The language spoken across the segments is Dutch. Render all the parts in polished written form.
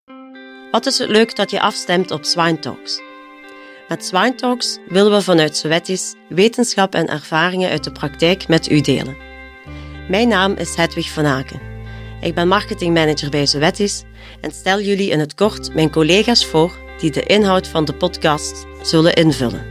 Wat is het leuk dat je afstemt op Swine Talks. Met Swine Talks willen we vanuit Zoetis wetenschap en ervaringen uit de praktijk met u delen. Mijn naam is Hedwig van Aken. Ik ben marketingmanager bij Zoetis en stel jullie in het kort mijn collega's voor die de inhoud van de podcast zullen invullen.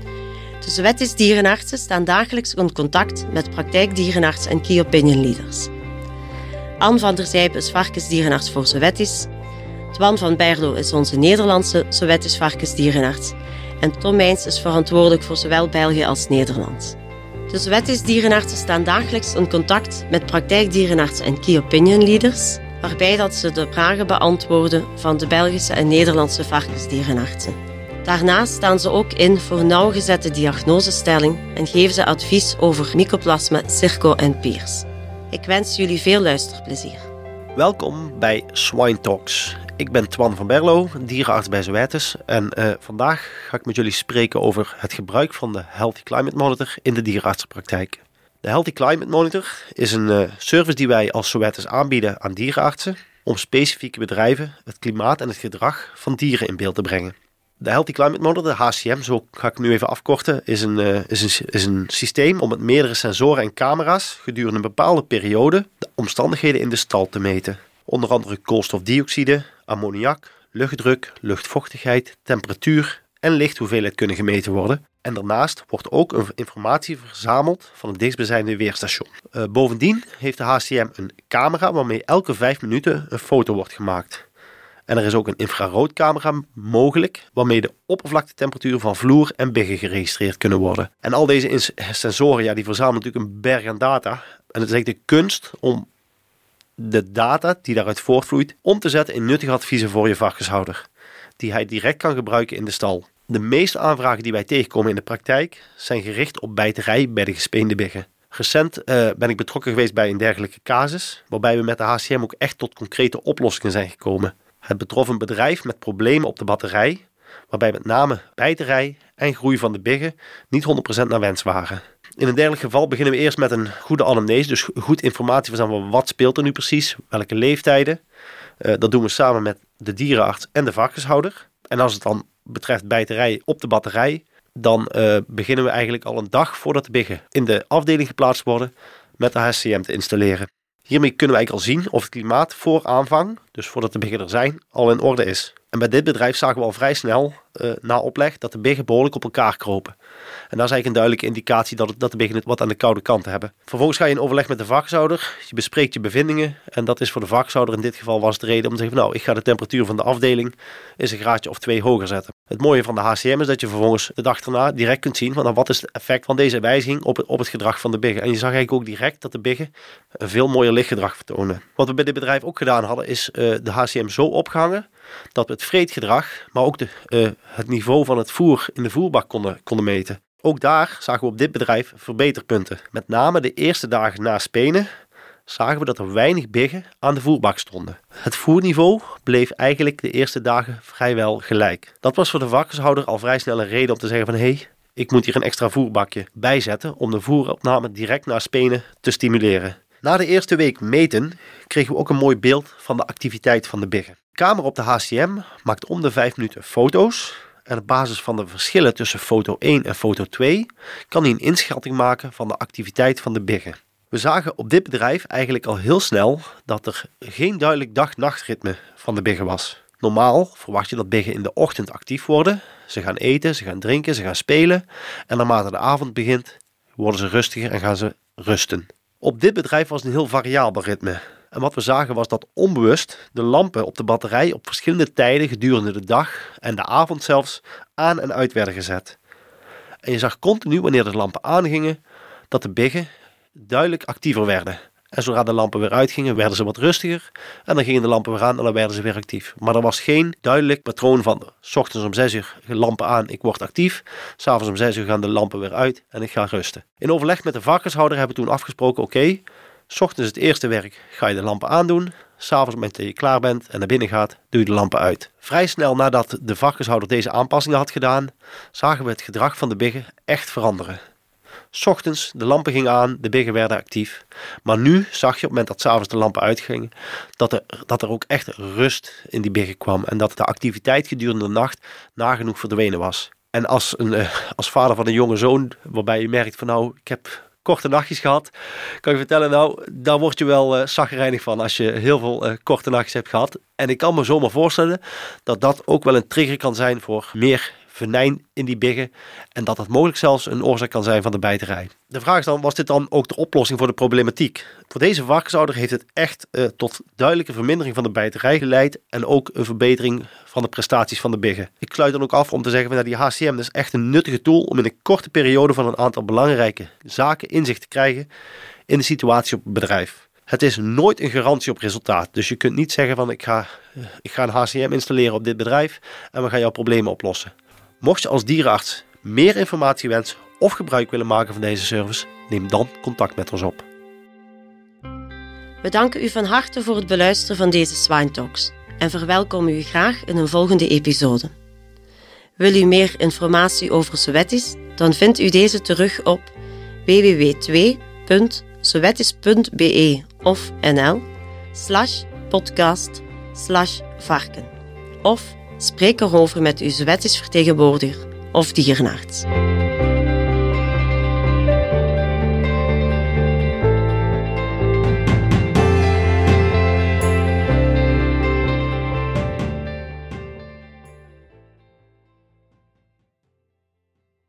De Zoetis dierenartsen staan dagelijks in contact met praktijkdierenarts en key opinion leaders. Anne van der Zijpe is varkensdierenarts voor Zoetis. Twan van Berlo is onze Nederlandse Zoetis varkensdierenarts. En Tom Meijns is verantwoordelijk voor zowel België als Nederland. De Zoetis dierenartsen staan dagelijks in contact met praktijkdierenartsen en key opinion leaders, waarbij dat ze de vragen beantwoorden van de Belgische en Nederlandse varkensdierenartsen. Daarnaast staan ze ook in voor nauwgezette diagnosestelling en geven ze advies over mycoplasma, circo en peers. Ik wens jullie veel luisterplezier. Welkom bij Swine Talks. Ik ben Twan van Berlo, dierenarts bij Zoetis. En vandaag ga ik met jullie spreken over het gebruik van de Healthy Climate Monitor in de dierenartsenpraktijk. De Healthy Climate Monitor is een service die wij als Zoetis aanbieden aan dierenartsen om specifieke bedrijven het klimaat en het gedrag van dieren in beeld te brengen. De Healthy Climate Monitor, de HCM, zo ga ik nu even afkorten, is een systeem om met meerdere sensoren en camera's gedurende een bepaalde periode de omstandigheden in de stal te meten. Onder andere koolstofdioxide, ammoniak, luchtdruk, luchtvochtigheid, temperatuur en lichthoeveelheid kunnen gemeten worden. En daarnaast wordt ook informatie verzameld van het dichtstbijzijnde weerstation. Bovendien heeft de HCM een camera waarmee elke 5 minuten een foto wordt gemaakt. En er is ook een infraroodcamera mogelijk, waarmee de oppervlaktetemperatuur van vloer en biggen geregistreerd kunnen worden. En al deze sensoren die verzamelen natuurlijk een berg aan data. En het is eigenlijk de kunst om de data die daaruit voortvloeit om te zetten in nuttige adviezen voor je varkenshouder, die hij direct kan gebruiken in de stal. De meeste aanvragen die wij tegenkomen in de praktijk zijn gericht op bijterij bij de gespeende biggen. Recent ben ik betrokken geweest bij een dergelijke casus, waarbij we met de HCM ook echt tot concrete oplossingen zijn gekomen. Het betrof een bedrijf met problemen op de batterij, waarbij met name bijterij en groei van de biggen niet 100% naar wens waren. In een dergelijk geval beginnen we eerst met een goede anamnese, dus goed informatie verzamelen wat speelt er nu precies, welke leeftijden. Dat doen we samen met de dierenarts en de varkenshouder. En als het dan betreft bijterij op de batterij, dan beginnen we eigenlijk al een dag voordat de biggen in de afdeling geplaatst worden met de HCM te installeren. Hiermee kunnen we eigenlijk al zien of het klimaat voor aanvang, dus voordat de biggen er zijn, al in orde is. En bij dit bedrijf zagen we al vrij snel na opleg dat de biggen behoorlijk op elkaar kropen. En dat is eigenlijk een duidelijke indicatie dat de biggen het wat aan de koude kant hebben. Vervolgens ga je in overleg met de varkenshouder, je bespreekt je bevindingen. En dat is voor de varkenshouder in dit geval was de reden om te zeggen, ik ga de temperatuur van de afdeling eens een graadje of 2 hoger zetten. Het mooie van de HCM is dat je vervolgens de dag erna direct kunt zien van wat is het effect van deze wijziging op het gedrag van de biggen. En je zag eigenlijk ook direct dat de biggen een veel mooier lichtgedrag vertonen. Wat we bij dit bedrijf ook gedaan hadden is de HCM zo opgehangen dat we het vreedgedrag, maar ook het niveau van het voer in de voerbak konden meten. Ook daar zagen we op dit bedrijf verbeterpunten. Met name de eerste dagen na spenen zagen we dat er weinig biggen aan de voerbak stonden. Het voerniveau bleef eigenlijk de eerste dagen vrijwel gelijk. Dat was voor de varkenshouder al vrij snel een reden om te zeggen van ik moet hier een extra voerbakje bijzetten om de voeropname direct na spenen te stimuleren. Na de eerste week meten kregen we ook een mooi beeld van de activiteit van de biggen. De camera op de HCM maakt om de 5 minuten foto's. En op basis van de verschillen tussen foto 1 en foto 2 kan hij een inschatting maken van de activiteit van de biggen. We zagen op dit bedrijf eigenlijk al heel snel dat er geen duidelijk dag-nachtritme van de biggen was. Normaal verwacht je dat biggen in de ochtend actief worden. Ze gaan eten, ze gaan drinken, ze gaan spelen. En naarmate de avond begint worden ze rustiger en gaan ze rusten. Op dit bedrijf was een heel variabel ritme. En wat we zagen was dat onbewust de lampen op de batterij op verschillende tijden gedurende de dag en de avond zelfs aan en uit werden gezet. En je zag continu wanneer de lampen aangingen dat de biggen duidelijk actiever werden. En zodra de lampen weer uitgingen werden ze wat rustiger en dan gingen de lampen weer aan en dan werden ze weer actief. Maar er was geen duidelijk patroon van 's ochtends om 6 uur lampen aan, ik word actief. 's Avonds om 6 uur gaan de lampen weer uit en ik ga rusten. In overleg met de varkenshouder hebben we toen afgesproken, 's ochtends het eerste werk ga je de lampen aandoen. 's Avonds, op het moment dat je klaar bent en naar binnen gaat, doe je de lampen uit. Vrij snel nadat de varkenshouder deze aanpassingen had gedaan, zagen we het gedrag van de biggen echt veranderen. 'S Ochtends, de lampen gingen aan, de biggen werden actief. Maar nu zag je op het moment dat 's avonds de lampen uitgingen, dat er ook echt rust in die biggen kwam. En dat de activiteit gedurende de nacht nagenoeg verdwenen was. En als vader van een jonge zoon, waarbij je merkt van nou, ik heb korte nachtjes gehad, kan je vertellen, nou, daar word je wel chagrijnig van als je heel veel korte nachtjes hebt gehad. En ik kan me zomaar voorstellen dat dat ook wel een trigger kan zijn voor meer venijn in die biggen en dat het mogelijk zelfs een oorzaak kan zijn van de bijterij. De vraag is dan, was dit dan ook de oplossing voor de problematiek? Voor deze varkenshouder heeft het echt tot duidelijke vermindering van de bijterij geleid en ook een verbetering van de prestaties van de biggen. Ik sluit dan ook af om te zeggen dat die HCM is echt een nuttige tool om in een korte periode van een aantal belangrijke zaken inzicht te krijgen in de situatie op het bedrijf. Het is nooit een garantie op resultaat, dus je kunt niet zeggen van ik ga een HCM installeren op dit bedrijf en we gaan jouw problemen oplossen. Mocht je als dierenarts meer informatie wensen of gebruik willen maken van deze service, neem dan contact met ons op. We danken u van harte voor het beluisteren van deze Swine Talks en verwelkomen u graag in een volgende episode. Wil u meer informatie over Zoetis? Dan vindt u deze terug op www.zoetis.be of nl/podcast/varken. Of spreek erover met uw Zoetis vertegenwoordiger of dierenarts.